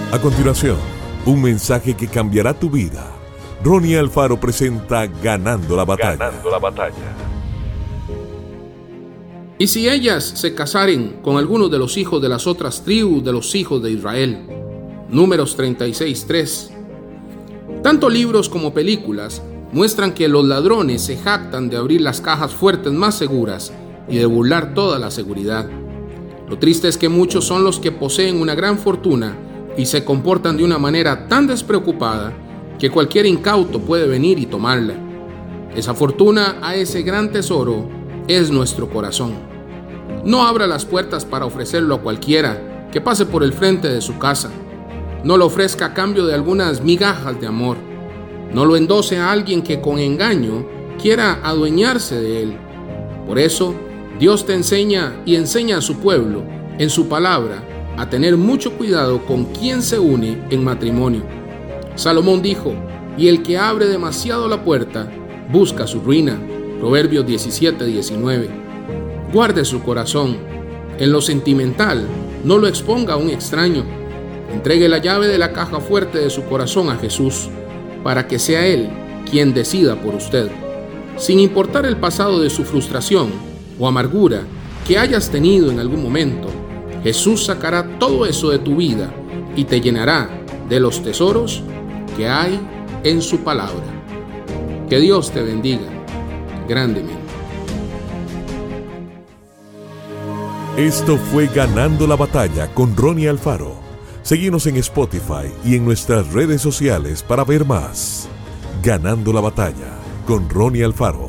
A continuación, un mensaje que cambiará tu vida. Ronnie Alfaro presenta Ganando la Batalla. Ganando la Batalla. Y si ellas se casaren con algunos de los hijos de las otras tribus de los hijos de Israel. Números 36:3. Tanto libros como películas muestran que los ladrones se jactan de abrir las cajas fuertes más seguras y de burlar toda la seguridad. Lo triste es que muchos son los que poseen una gran fortuna y se comportan de una manera tan despreocupada que cualquier incauto puede venir y tomarla. Esa fortuna a ese gran tesoro es nuestro corazón. No abra las puertas para ofrecerlo a cualquiera que pase por el frente de su casa. No lo ofrezca a cambio de algunas migajas de amor. No lo endose a alguien que con engaño quiera adueñarse de él. Por eso, Dios te enseña y enseña a su pueblo, en su palabra, a tener mucho cuidado con quien se une en matrimonio. Salomón dijo: y el que abre demasiado la puerta, busca su ruina. Proverbios 17:19. Guarde su corazón. En lo sentimental, no lo exponga a un extraño. Entregue la llave de la caja fuerte de su corazón a Jesús, para que sea Él quien decida por usted. Sin importar el pasado de su frustración o amargura que hayas tenido en algún momento, Jesús sacará todo eso de tu vida y te llenará de los tesoros que hay en su palabra. Que Dios te bendiga grandemente. Esto fue Ganando la Batalla con Ronnie Alfaro. Síguenos en Spotify y en nuestras redes sociales para ver más. Ganando la Batalla con Ronnie Alfaro.